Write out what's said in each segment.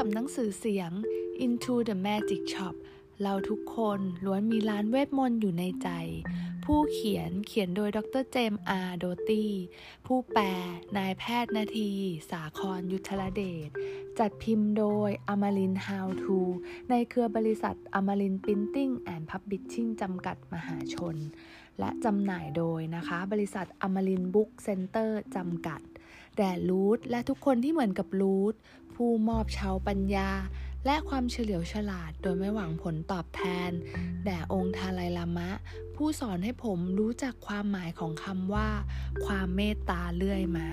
ำหนังสือเสียง Into the Magic Shop เราทุกคนล้วนมีร้านเวทมนต์อยู่ในใจผู้เขียนโดยดร. เจมส์ อาร์ โดตี้ผู้แปลนายแพทย์นาทีสาครยุทธรเดชจัดพิมพ์โดยอมรินทร์ How to ในเครือบริษัทอมรินทร์ Printing and Publishing จำกัดมหาชนและจำหน่ายโดยนะคะบริษัทอมรินทร์บุ๊กเซ็นเตอร์จำกัดแด่รูทและทุกคนที่เหมือนกับรูทผู้มอบชาวปัญญาและความเฉลียวฉลาดโดยไม่หวังผลตอบแทนแด่องค์ทาไลลามะผู้สอนให้ผมรู้จักความหมายของคำว่าความเมตตาเรื่อยมา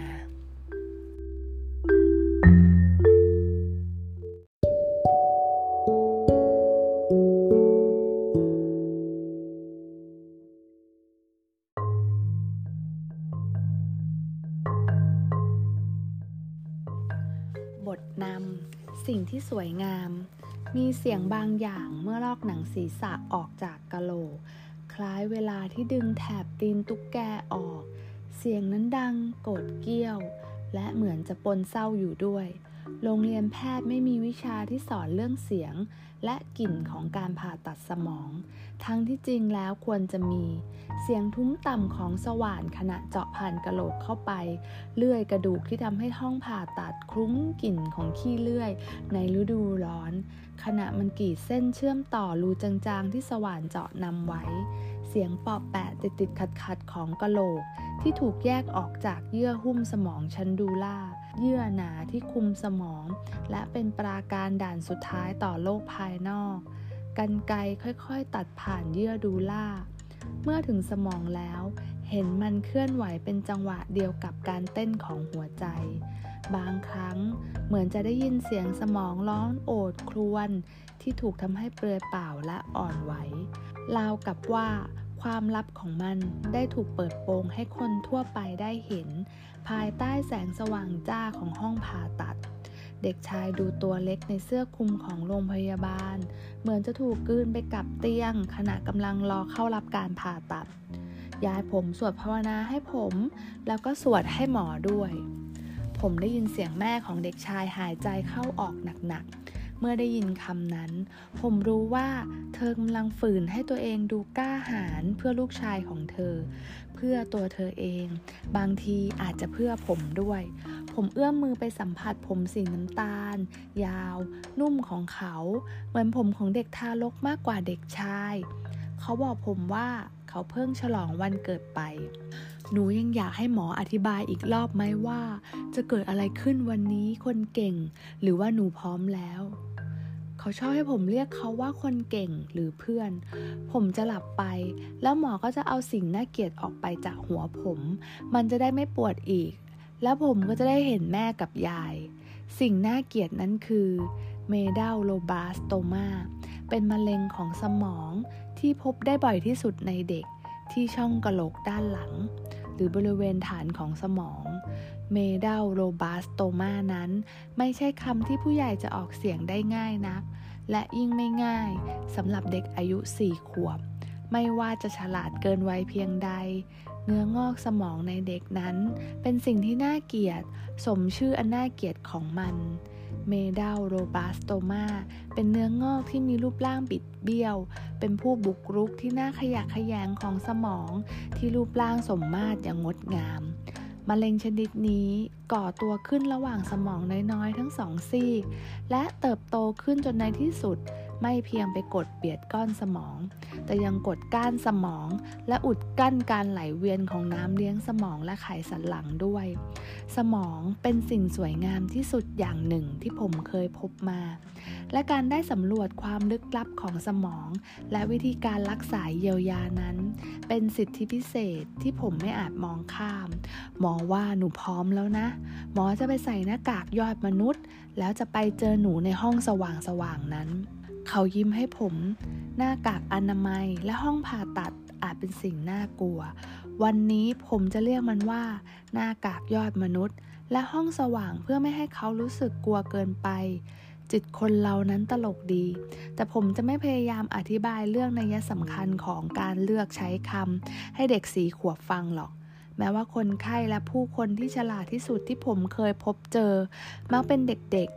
บทนำสิ่งที่สวยงามมีเสียงบางอย่างเมื่อลอกหนังศีรษะออกจากกะโหลกคล้ายเวลาที่ดึงแถบตีนตุ๊กแกออกเสียงนั้นดังโกรธเกี้ยวและเหมือนจะปนเศร้าอยู่ด้วยโรงเรียนแพทย์ไม่มีวิชาที่สอนเรื่องเสียงและกลิ่นของการผ่าตัดสมองทั้งที่จริงแล้วควรจะมีเสียงทุ้มต่ำของสว่านขณะเจาะผ่านกะโหลกเข้าไปเลื่อยกระดูกที่ทำให้ห้องผ่าตัดคลุ้งกลิ่นของขี้เลื่อยในฤดูร้อนขณะมันกรีดเส้นเชื่อมต่อรูจางๆที่สว่านเจาะนำไว้เสียงปอบแปะติดๆขัดๆของกะโหลกที่ถูกแยกออกจากเยื่อหุ้มสมองชั้นดูล่าเยื่อหนาที่คุมสมองและเป็นปราการด่านสุดท้ายต่อโลกภายนอกกรรไกรค่อยๆตัดผ่านเยื่อดูล่าเมื่อถึงสมองแล้วเห็นมันเคลื่อนไหวเป็นจังหวะเดียวกับการเต้นของหัวใจบางครั้งเหมือนจะได้ยินเสียงสมองร้องโอดครวญที่ถูกทำให้เปลือยเปล่าและอ่อนไหวราวกับว่าความลับของมันได้ถูกเปิดโปงให้คนทั่วไปได้เห็นภายใต้แสงสว่างจ้าของห้องผ่าตัดเด็กชายดูตัวเล็กในเสื้อคลุมของโรงพยาบาลเหมือนจะถูกกลืนไปกับเตียงขณะกำลังรอเข้ารับการผ่าตัดยายผมสวดภาวนาให้ผมแล้วก็สวดให้หมอด้วยผมได้ยินเสียงแม่ของเด็กชายหายใจเข้าออกหนักๆเมื่อได้ยินคำนั้นผมรู้ว่าเธอกำลังฝืนให้ตัวเองดูกล้าหาญเพื่อลูกชายของเธอเพื่อตัวเธอเองบางทีอาจจะเพื่อผมด้วยผมเอื้อมมือไปสัมผัสผมสีน้ำตาลยาวนุ่มของเขาเหมือนผมของเด็กทารกมากกว่าเด็กชายเขาบอกผมว่าเขาเพิ่งฉลองวันเกิดไปหนูยังอยากให้หมออธิบายอีกรอบไหมว่าจะเกิดอะไรขึ้นวันนี้คนเก่งหรือว่าหนูพร้อมแล้วเขาชอบให้ผมเรียกเขาว่าคนเก่งหรือเพื่อนผมจะหลับไปแล้วหมอก็จะเอาสิ่งน่าเกลียดออกไปจากหัวผมมันจะได้ไม่ปวดอีกแล้วผมก็จะได้เห็นแม่กับยายสิ่งน่าเกลียดนั้นคือเมดัลโลบลาสโตมาเป็นมะเร็งของสมองที่พบได้บ่อยที่สุดในเด็กที่ช่องกะโหลกด้านหลังหรือบริเวณฐานของสมองเมดัลโลบลาสโตมานั้นไม่ใช่คำที่ผู้ใหญ่จะออกเสียงได้ง่ายนักและยิ่งไม่ง่ายสำหรับเด็กอายุ4 ขวบไม่ว่าจะฉลาดเกินวัยเพียงใดเนื้องอกสมองในเด็กนั้นเป็นสิ่งที่น่าเกลียดสมชื่ออันน่าเกลียดของมันเมดัลโลบลาสโตมาเป็นเนื้องอกที่มีรูปร่างบิดเบี้ยวเป็นผู้บุกรุกที่น่าขยะแขยงของสมองที่รูปร่างสมมาตรอย่างงดงามมะเร็งชนิดนี้ก่อตัวขึ้นระหว่างสมองน้อยๆทั้ง2 ซีกและเติบโตขึ้นจนในที่สุดไม่เพียงไปกดเบียดก้อนสมองแต่ยังกดก้านสมองและอุดกั้นการไหลเวียนของน้ำเลี้ยงสมองและไขสันหลังด้วยสมองเป็นสิ่งสวยงามที่สุดอย่างหนึ่งที่ผมเคยพบมาและการได้สำรวจความลึกลับของสมองและวิธีการรักษาเยียวยานั้นเป็นสิทธิพิเศษที่ผมไม่อาจมองข้ามหมอว่าหนูพร้อมแล้วนะหมอจะไปใส่หน้ากากยอดมนุษย์แล้วจะไปเจอหนูในห้องสว่างๆนั้นเขายิ้มให้ผมหน้ากากอนามัยและห้องผ่าตัดอาจเป็นสิ่งน่ากลัววันนี้ผมจะเรียกมันว่าหน้ากากยอดมนุษย์และห้องสว่างเพื่อไม่ให้เขารู้สึกกลัวเกินไปจิตคนเรานั้นตลกดีแต่ผมจะไม่พยายามอธิบายเรื่องนัยสำคัญของการเลือกใช้คำให้เด็ก4 ขวบฟังหรอกแม้ว่าคนไข้และผู้คนที่ฉลาดที่สุดที่ผมเคยพบเจอมักเป็นเด็กๆ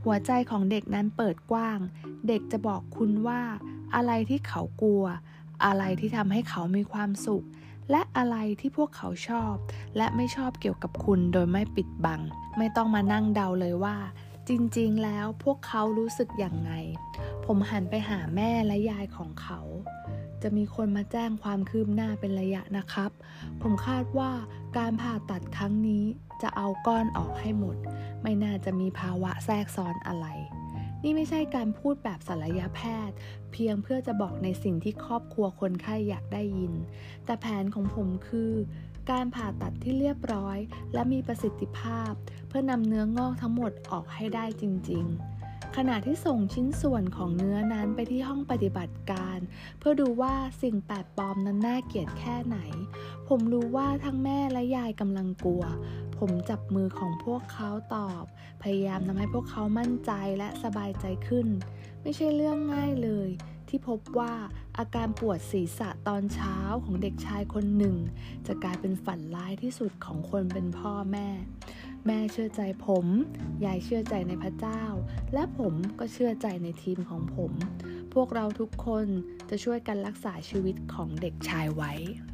หัวใจของเด็กนั้นเปิดกว้างเด็กจะบอกคุณว่าอะไรที่เขากลัวอะไรที่ทำให้เขามีความสุขและอะไรที่พวกเขาชอบและไม่ชอบเกี่ยวกับคุณโดยไม่ปิดบังไม่ต้องมานั่งเดาเลยว่าจริงๆแล้วพวกเขารู้สึกอย่างไงผมหันไปหาแม่และยายของเขาจะมีคนมาแจ้งความคืบหน้าเป็นระยะนะครับผมคาดว่าการผ่าตัดครั้งนี้จะเอาก้อนออกให้หมดไม่น่าจะมีภาวะแทรกซ้อนอะไรนี่ไม่ใช่การพูดแบบศัลยแพทย์เพียงเพื่อจะบอกในสิ่งที่ครอบครัวคนไข้อยากได้ยินแต่แผนของผมคือการผ่าตัดที่เรียบร้อยและมีประสิทธิภาพเพื่อนำเนื้องอกทั้งหมดออกให้ได้จริงๆขณะที่ส่งชิ้นส่วนของเนื้อนั้นไปที่ห้องปฏิบัติการเพื่อดูว่าสิ่งแปลกปลอมนั้นน่าเกลียดแค่ไหนผมรู้ว่าทั้งแม่และยายกำลังกลัวผมจับมือของพวกเขาตอบพยายามทำให้พวกเขามั่นใจและสบายใจขึ้นไม่ใช่เรื่องง่ายเลยที่พบว่าอาการปวดศีรษะตอนเช้าของเด็กชายคนหนึ่งจะกลายเป็นฝันร้ายที่สุดของคนเป็นพ่อแม่เชื่อใจผมยายเชื่อใจในพระเจ้าและผมก็เชื่อใจในทีมของผมพวกเราทุกคนจะช่วยกันรักษาชีวิตของเด็กชายไว้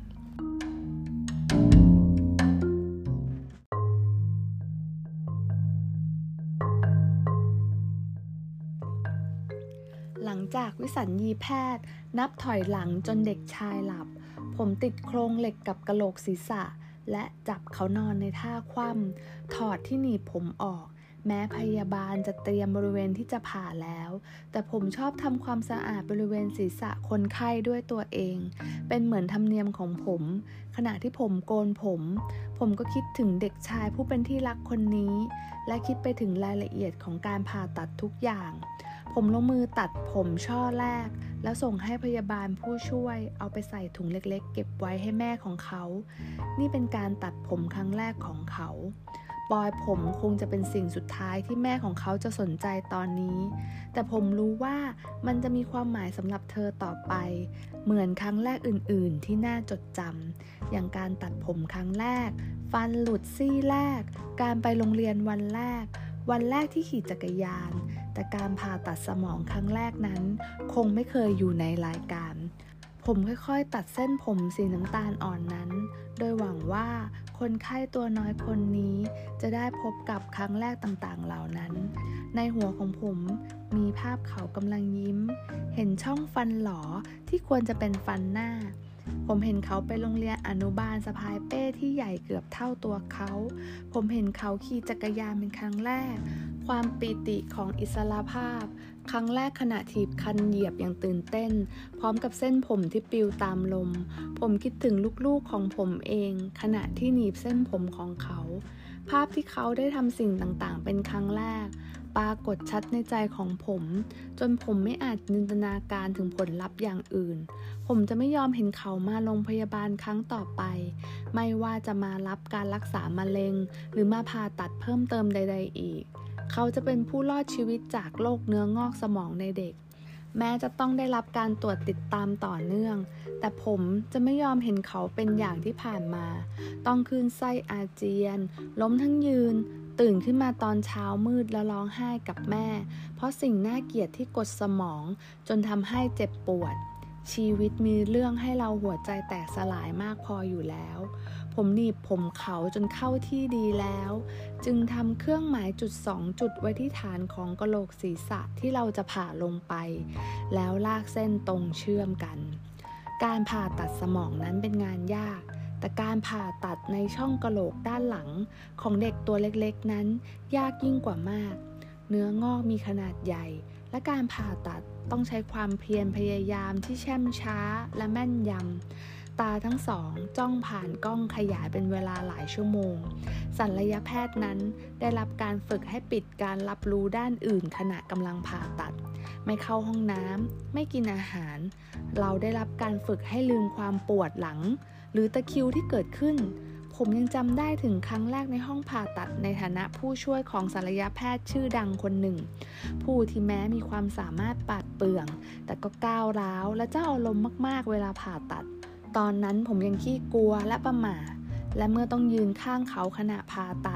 หลังจากวิสัญญีแพทย์นับถอยหลังจนเด็กชายหลับผมติดโครงเหล็กกับกะโหลกศีรษะและจับเขานอนในท่าคว่ำถอดที่หนีบผมออกแม้พยาบาลจะเตรียมบริเวณที่จะผ่าแล้วแต่ผมชอบทำความสะอาดบริเวณศีรษะคนไข้ด้วยตัวเองเป็นเหมือนธรรมเนียมของผมขณะที่ผมโกนผมก็คิดถึงเด็กชายผู้เป็นที่รักคนนี้และคิดไปถึงรายละเอียดของการผ่าตัดทุกอย่างผมลงมือตัดผมช่อแรกแล้วส่งให้พยาบาลผู้ช่วยเอาไปใส่ถุงเล็กๆเก็บไว้ให้แม่ของเขานี่เป็นการตัดผมครั้งแรกของเขาปลอยผมคงจะเป็นสิ่งสุดท้ายที่แม่ของเขาจะสนใจตอนนี้แต่ผมรู้ว่ามันจะมีความหมายสำหรับเธอต่อไปเหมือนครั้งแรกอื่นๆที่น่าจดจำอย่างการตัดผมครั้งแรกฟันหลุดซี่แรกการไปโรงเรียนวันแรกที่ขี่จักรยานแต่การผ่าตัดสมองครั้งแรกนั้นคงไม่เคยอยู่ในรายการผมค่อยๆตัดเส้นผมสีน้ำตาลอ่อนนั้นโดยหวังว่าคนไข้ตัวน้อยคนนี้จะได้พบกับครั้งแรกต่างๆเหล่านั้นในหัวของผมมีภาพเขากำลังยิ้มเห็นช่องฟันหลอที่ควรจะเป็นฟันหน้าผมเห็นเขาไปโรงเรียนอนุบาลสะพายเป้ที่ใหญ่เกือบเท่าตัวเขาผมเห็นเขาขี่จักรยานเป็นครั้งแรกความปีติของอิสรภาพครั้งแรกขณะถีบคันเหยียบอย่างตื่นเต้นพร้อมกับเส้นผมที่ปลิวตามลมผมคิดถึงลูกๆของผมเองขณะที่หนีบเส้นผมของเขาภาพที่เขาได้ทำสิ่งต่างๆเป็นครั้งแรกปรากฏชัดในใจของผมจนผมไม่อาจจินตนาการถึงผลลัพธ์อย่างอื่นผมจะไม่ยอมเห็นเขามาโรงพยาบาลครั้งต่อไปไม่ว่าจะมารับการรักษามะเร็งหรือมาผ่าตัดเพิ่มเติมใดๆอีกเขาจะเป็นผู้รอดชีวิตจากโรคเนื้องอกสมองในเด็กแม้จะต้องได้รับการตรวจติดตามต่อเนื่องแต่ผมจะไม่ยอมเห็นเขาเป็นอย่างที่ผ่านมาต้องคลื่นไส้อาเจียนล้มทั้งยืนตื่นขึ้นมาตอนเช้ามืดแล้วร้องไห้กับแม่เพราะสิ่งน่าเกลียดที่กดสมองจนทำให้เจ็บปวดชีวิตมีเรื่องให้เราหัวใจแตกสลายมากพออยู่แล้วผมหนีบผมเขาจนเข้าที่ดีแล้วจึงทำเครื่องหมายจุด2จุดไว้ที่ฐานของกะโหลกศีรษะที่เราจะผ่าลงไปแล้วลากเส้นตรงเชื่อมกันการผ่าตัดสมองนั้นเป็นงานยากแต่การผ่าตัดในช่องกะโหลกด้านหลังของเด็กตัวเล็กๆนั้นยากยิ่งกว่ามากเนื้องอกมีขนาดใหญ่และการผ่าตัดต้องใช้ความเพียรพยายามที่แช่มช้าและแม่นยำตาทั้งสองจ้องผ่านกล้องขยายเป็นเวลาหลายชั่วโมงศัลยแพทย์นั้นได้รับการฝึกให้ปิดการรับรู้ด้านอื่นขณะกำลังผ่าตัดไม่เข้าห้องน้ำไม่กินอาหารเราได้รับการฝึกให้ลืมความปวดหลังหรือตะคริวที่เกิดขึ้นผมยังจำได้ถึงครั้งแรกในห้องผ่าตัดในฐานะผู้ช่วยของศัลยแพทย์ชื่อดังคนหนึ่งผู้ที่แม้มีความสามารถปราดเปรื่องแต่ก็ก้าวร้าวและเจ้าอารมณ์มากๆเวลาผ่าตัดตอนนั้นผมยังขี้กลัวและประหม่าและเมื่อต้องยืนข้างเขาขณะผ่าตัด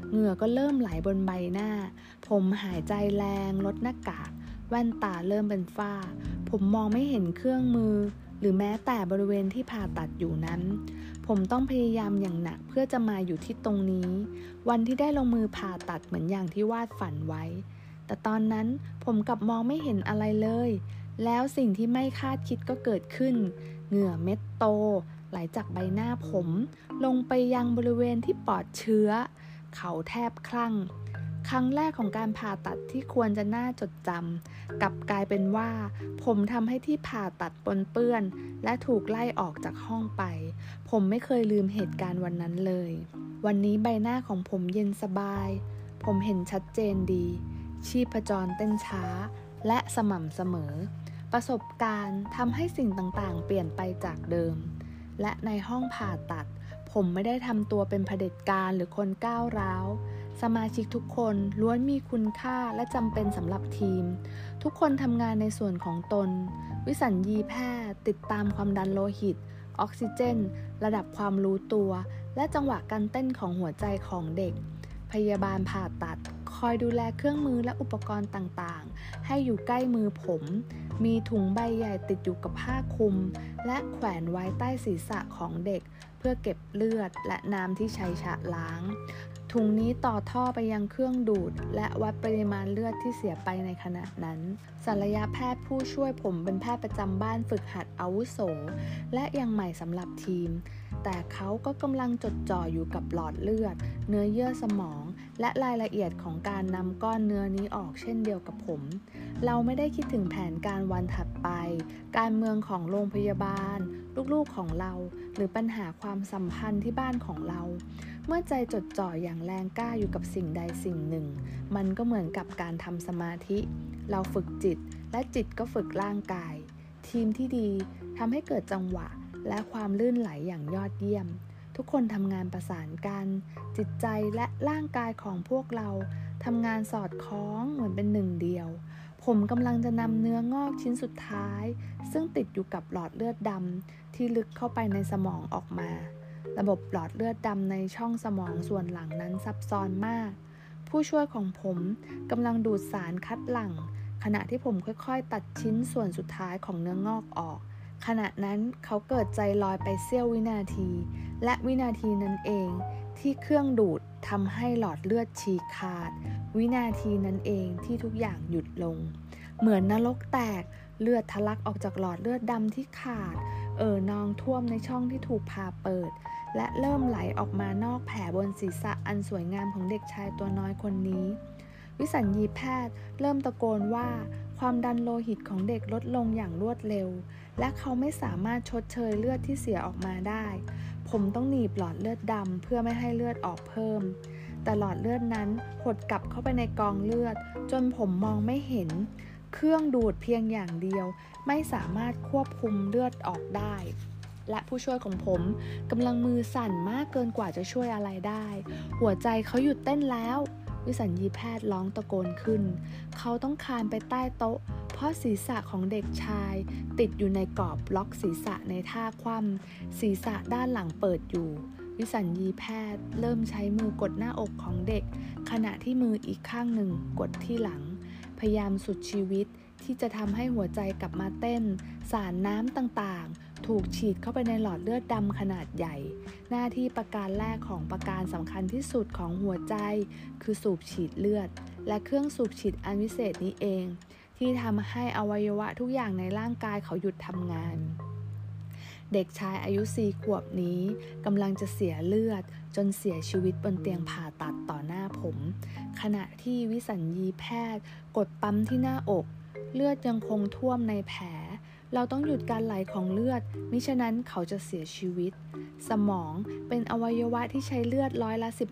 เหงื่อก็เริ่มไหลบนใบหน้าผมหายใจแรงลดหน้ากากแว่นตาเริ่มเป็นฝ้าผมมองไม่เห็นเครื่องมือหรือแม้แต่บริเวณที่ผ่าตัดอยู่นั้นผมต้องพยายามอย่างหนักเพื่อจะมาอยู่ที่ตรงนี้วันที่ได้ลงมือผ่าตัดเหมือนอย่างที่วาดฝันไว้แต่ตอนนั้นผมกลับมองไม่เห็นอะไรเลยแล้วสิ่งที่ไม่คาดคิดก็เกิดขึ้นเหงื่อเม็ดโตไหลจากใบหน้าผมลงไปยังบริเวณที่ปลอดเชื้อเขาแทบคลั่งครั้งแรกของการผ่าตัดที่ควรจะน่าจดจำกลับกลายเป็นว่าผมทำให้ที่ผ่าตัดปนเปื้อนและถูกไล่ออกจากห้องไปผมไม่เคยลืมเหตุการณ์วันนั้นเลยวันนี้ใบหน้าของผมเย็นสบายผมเห็นชัดเจนดีชีพจรเต้นช้าและสม่ำเสมอประสบการณ์ทำให้สิ่งต่างๆเปลี่ยนไปจากเดิมและในห้องผ่าตัดผมไม่ได้ทำตัวเป็นเผด็จการหรือคนก้าวร้าวสมาชิกทุกคนล้วนมีคุณค่าและจำเป็นสำหรับทีมทุกคนทำงานในส่วนของตนวิสัญญีแพทย์ติดตามความดันโลหิตออกซิเจนระดับความรู้ตัวและจังหวะการเต้นของหัวใจของเด็กพยาบาลผ่าตัดคอยดูแลเครื่องมือและอุปกรณ์ต่างๆให้อยู่ใกล้มือผมมีถุงใบใหญ่ติดอยู่กับผ้าคลุมและแขวนไว้ใต้ศีรษะของเด็กเพื่อเก็บเลือดและน้ำที่ใช้ชะล้างถุงนี้ต่อท่อไปยังเครื่องดูดและวัดปริมาณเลือดที่เสียไปในขณะนั้นศัลยแพทย์ผู้ช่วยผมเป็นแพทย์ประจำบ้านฝึกหัดอาวุโสและยังใหม่สำหรับทีมแต่เขาก็กำลังจดจ่ออยู่กับหลอดเลือดเนื้อเยื่อสมองและรายละเอียดของการนำก้อนเนื้อนี้ออกเช่นเดียวกับผมเราไม่ได้คิดถึงแผนการวันถัดไปการเมืองของโรงพยาบาลลูกๆของเราหรือปัญหาความสัมพันธ์ที่บ้านของเราเมื่อใจจดจ่ออย่างแรงกล้าอยู่กับสิ่งใดสิ่งหนึ่งมันก็เหมือนกับการทำสมาธิเราฝึกจิตและจิตก็ฝึกร่างกายทีมที่ดีทำให้เกิดจังหวะและความลื่นไหลอย่างยอดเยี่ยมทุกคนทำงานประสานกันจิตใจและร่างกายของพวกเราทำงานสอดคล้องเหมือนเป็นหนึ่งเดียวผมกำลังจะนำเนื้องอกชิ้นสุดท้ายซึ่งติดอยู่กับหลอดเลือดดำที่ลึกเข้าไปในสมองออกมาระบบหลอดเลือดดำในช่องสมองส่วนหลังนั้นซับซ้อนมากผู้ช่วยของผมกำลังดูดสารคัดหลั่งขณะที่ผมค่อยๆตัดชิ้นส่วนสุดท้ายของเนื้องอกออกขณะนั้นเขาเกิดใจลอยไปเสี้ยววินาทีและวินาทีนั้นเองที่เครื่องดูดทำให้หลอดเลือดฉีกขาดวินาทีนั้นเองที่ทุกอย่างหยุดลงเหมือนนรกแตกเลือดทะลักออกจากหลอดเลือดดำที่ขาดนองท่วมในช่องที่ถูกผ่าเปิดและเริ่มไหลออกมานอกแผลบนศีรษะอันสวยงามของเด็กชายตัวน้อยคนนี้วิสัญญีแพทย์เริ่มตะโกนว่าความดันโลหิตของเด็กลดลงอย่างรวดเร็วและเขาไม่สามารถชดเชยเลือดที่เสียออกมาได้ผมต้องหนีบหลอดเลือดดำเพื่อไม่ให้เลือดออกเพิ่มแต่หลอดเลือดนั้นหดกลับเข้าไปในกองเลือดจนผมมองไม่เห็นเครื่องดูดเพียงอย่างเดียวไม่สามารถควบคุมเลือดออกได้และผู้ช่วยของผมกำลังมือสั่นมากเกินกว่าจะช่วยอะไรได้หัวใจเขาหยุดเต้นแล้ววิสัญญีแพทย์ร้องตะโกนขึ้นเขาต้องคลานไปใต้โต๊ะเพราะศีรษะของเด็กชายติดอยู่ในกรอบล็อกศีรษะในท่าคว่ำศีรษะด้านหลังเปิดอยู่วิสัญญีแพทย์เริ่มใช้มือกดหน้าอกของเด็กขณะที่มืออีกข้างหนึ่งกดที่หลังพยายามสุดชีวิตที่จะทำให้หัวใจกลับมาเต้นสารน้ำต่างๆถูกฉีดเข้าไปในหลอดเลือดดำขนาดใหญ่หน้าที่ประการแรกของประการสำคัญที่สุดของหัวใจคือสูบฉีดเลือดและเครื่องสูบฉีดอันวิเศษนี้เองที่ทำให้อวัยวะทุกอย่างในร่างกายเขาหยุดทำงานเด็กชายอายุ4 ขวบนี้กำลังจะเสียเลือดจนเสียชีวิตบนเตียงผ่าตัดต่อหน้าผมขณะที่วิสัญญีแพทย์กดปั๊มที่หน้าอกเลือดยังคงท่วมในแผลเราต้องหยุดการไหลของเลือดมิฉะนั้นเขาจะเสียชีวิตสมองเป็นอวัยวะที่ใช้เลือด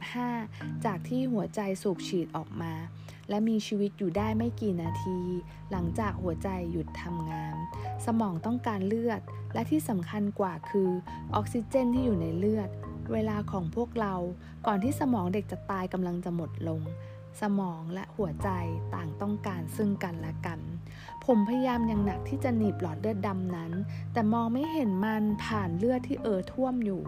15%จากที่หัวใจสูบฉีดออกมาและมีชีวิตอยู่ได้ไม่กี่นาทีหลังจากหัวใจหยุดทำงานสมองต้องการเลือดและที่สำคัญกว่าคือออกซิเจนที่อยู่ในเลือดเวลาของพวกเราก่อนที่สมองเด็กจะตายกำลังจะหมดลงสมองและหัวใจต่างต้องการซึ่งกันและกันผมพยายามอย่างหนักที่จะหนีบหลอดเลือดดำนั้นแต่มองไม่เห็นมันผ่านเลือดที่ท่วมอยู่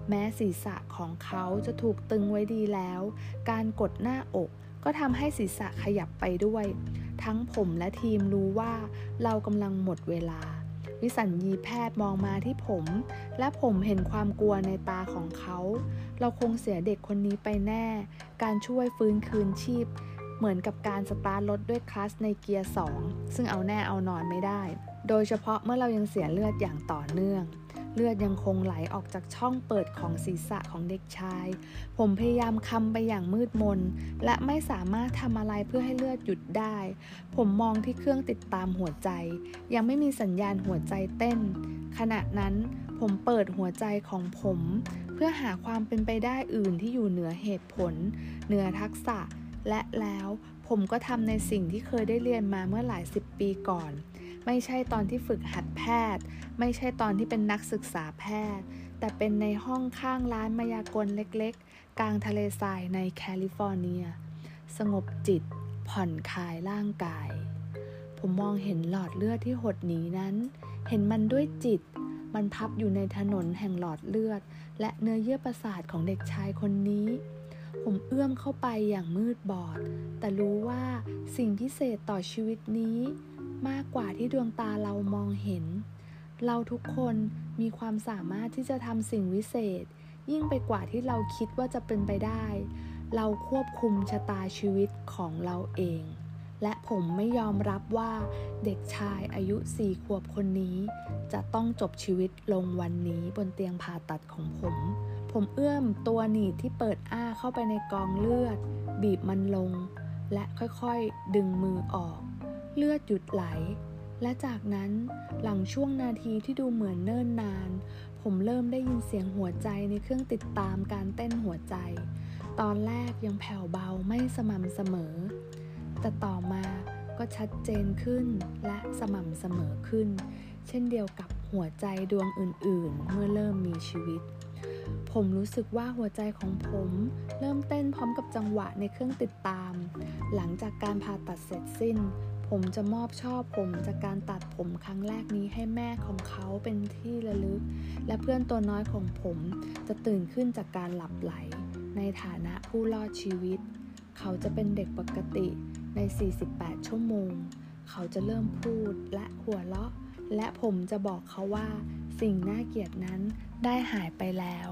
แม้ศีรษะของเขาจะถูกตึงไว้ดีแล้ว การกดหน้าอกก็ทำให้ศีรษะขยับไปด้วย ทั้งผมและทีมรู้ว่าเรากำลังหมดเวลา วิสัญญีแพทย์มองมาที่ผม และผมเห็นความกลัวในตาของเขา เราคงเสียเด็กคนนี้ไปแน่ การช่วยฟื้นคืนชีพเหมือนกับการสตาร์ทรถด้วยคลัตช์ในเกียร์ 2 ซึ่งเอาแน่เอานอนไม่ได้ โดยเฉพาะเมื่อเรายังเสียเลือดอย่างต่อเนื่อง เลือดยังคงไหลออกจากช่องเปิดของศีรษะของเด็กชาย ผมพยายามคำไปอย่างมืดมนและไม่สามารถทำอะไรเพื่อให้เลือดหยุดได้ ผมมองที่เครื่องติดตามหัวใจยังไม่มีสัญญาณหัวใจเต้น ขณะนั้นผมเปิดหัวใจของผมเพื่อหาความเป็นไปได้อื่นที่อยู่เหนือเหตุผลเหนือทักษะและแล้วผมก็ทำในสิ่งที่เคยได้เรียนมาเมื่อหลาย10 ปีก่อนไม่ใช่ตอนที่ฝึกหัดแพทย์ไม่ใช่ตอนที่เป็นนักศึกษาแพทย์แต่เป็นในห้องข้างร้านมายากลเล็กๆกลางทะเลทรายในแคลิฟอร์เนียสงบจิตผ่อนคลายร่างกายผมมองเห็นหลอดเลือดที่หดหนีนั้นเห็นมันด้วยจิตมันพับอยู่ในถนนแห่งหลอดเลือดและเนื้อเยื่อประสาทของเด็กชายคนนี้ผมเอื้อมเข้าไปอย่างมืดบอดแต่รู้ว่าสิ่งพิเศษต่อชีวิตนี้มากกว่าที่ดวงตาเรามองเห็นเราทุกคนมีความสามารถที่จะทำสิ่งวิเศษยิ่งไปกว่าที่เราคิดว่าจะเป็นไปได้เราควบคุมชะตาชีวิตของเราเองและผมไม่ยอมรับว่าเด็กชายอายุ4 ขวบคนนี้จะต้องจบชีวิตลงวันนี้บนเตียงผ่าตัดของผมเอื้อมตัวหนีบที่เปิดอ้าเข้าไปในกองเลือดบีบมันลงและค่อยๆดึงมือออกเลือดหยุดไหลและจากนั้นหลังช่วงนาทีที่ดูเหมือนเนิ่นนานผมเริ่มได้ยินเสียงหัวใจในเครื่องติดตามการเต้นหัวใจตอนแรกยังแผ่วเบาไม่สม่ำเสมอแต่ต่อมาก็ชัดเจนขึ้นและสม่ำเสมอขึ้นเช่นเดียวกับหัวใจดวงอื่นๆเมื่อเริ่มมีชีวิตผมรู้สึกว่าหัวใจของผมเริ่มเต้นพร้อมกับจังหวะในเครื่องติดตามหลังจากการผ่าตัดเสร็จสิ้นผมจะมอบช่อผมจากการตัดผมครั้งแรกนี้ให้แม่ของเขาเป็นที่ระลึกและเพื่อนตัวน้อยของผมจะตื่นขึ้นจากการหลับไหลในฐานะผู้รอดชีวิตเขาจะเป็นเด็กปกติใน48 ชั่วโมงเขาจะเริ่มพูดและหัวเราะและผมจะบอกเขาว่าสิ่งน่าเกลียดนั้นได้หายไปแล้ว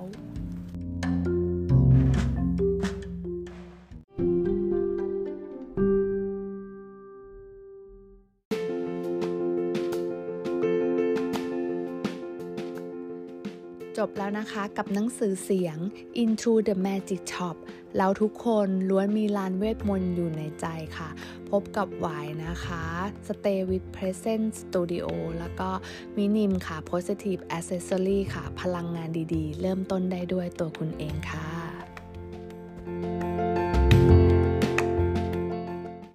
จบแล้วนะคะกับหนังสือเสียง Into the Magic Shop เราทุกคนล้วนมีลานเวทมนต์อยู่ในใจค่ะพบกับหวายนะคะ Stay with Present Studio แล้วก็มินิมค่ะ Positive Accessory ค่ะพลังงานดีๆเริ่มต้นได้ด้วยตัวคุณเองค่ะ